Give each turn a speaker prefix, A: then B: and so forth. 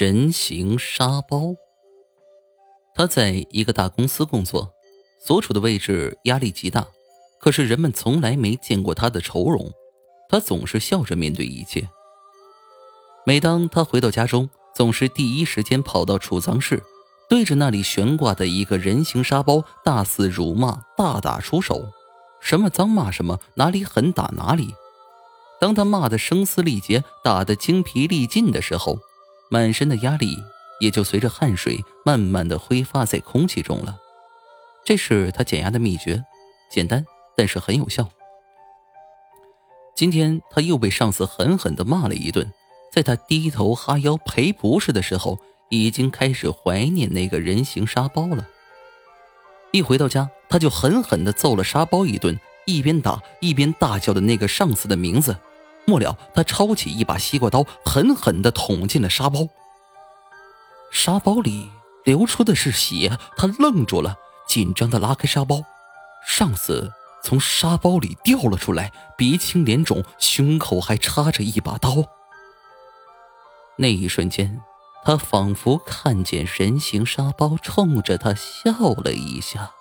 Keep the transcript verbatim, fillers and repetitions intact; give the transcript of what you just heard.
A: 人形沙包。他在一个大公司工作，所处的位置压力极大，可是人们从来没见过他的愁容，他总是笑着面对一切。每当他回到家中，总是第一时间跑到储藏室，对着那里悬挂的一个人形沙包大肆辱骂，大打出手，什么脏骂什么，哪里狠打哪里。当他骂得声嘶力竭，打得精疲力尽的时候，满身的压力也就随着汗水慢慢的挥发在空气中了。这是他减压的秘诀，简单但是很有效。今天他又被上司狠狠地骂了一顿，在他低头哈腰赔不是的时候，已经开始怀念那个人形沙包了。一回到家，他就狠狠地揍了沙包一顿，一边打一边大叫的那个上司的名字。末了，他抄起一把西瓜刀，狠狠地捅进了沙包。沙包里流出的是血，他愣住了，紧张地拉开沙包，上司从沙包里掉了出来，鼻青脸肿，胸口还插着一把刀。那一瞬间，他仿佛看见人形沙包冲着他笑了一下。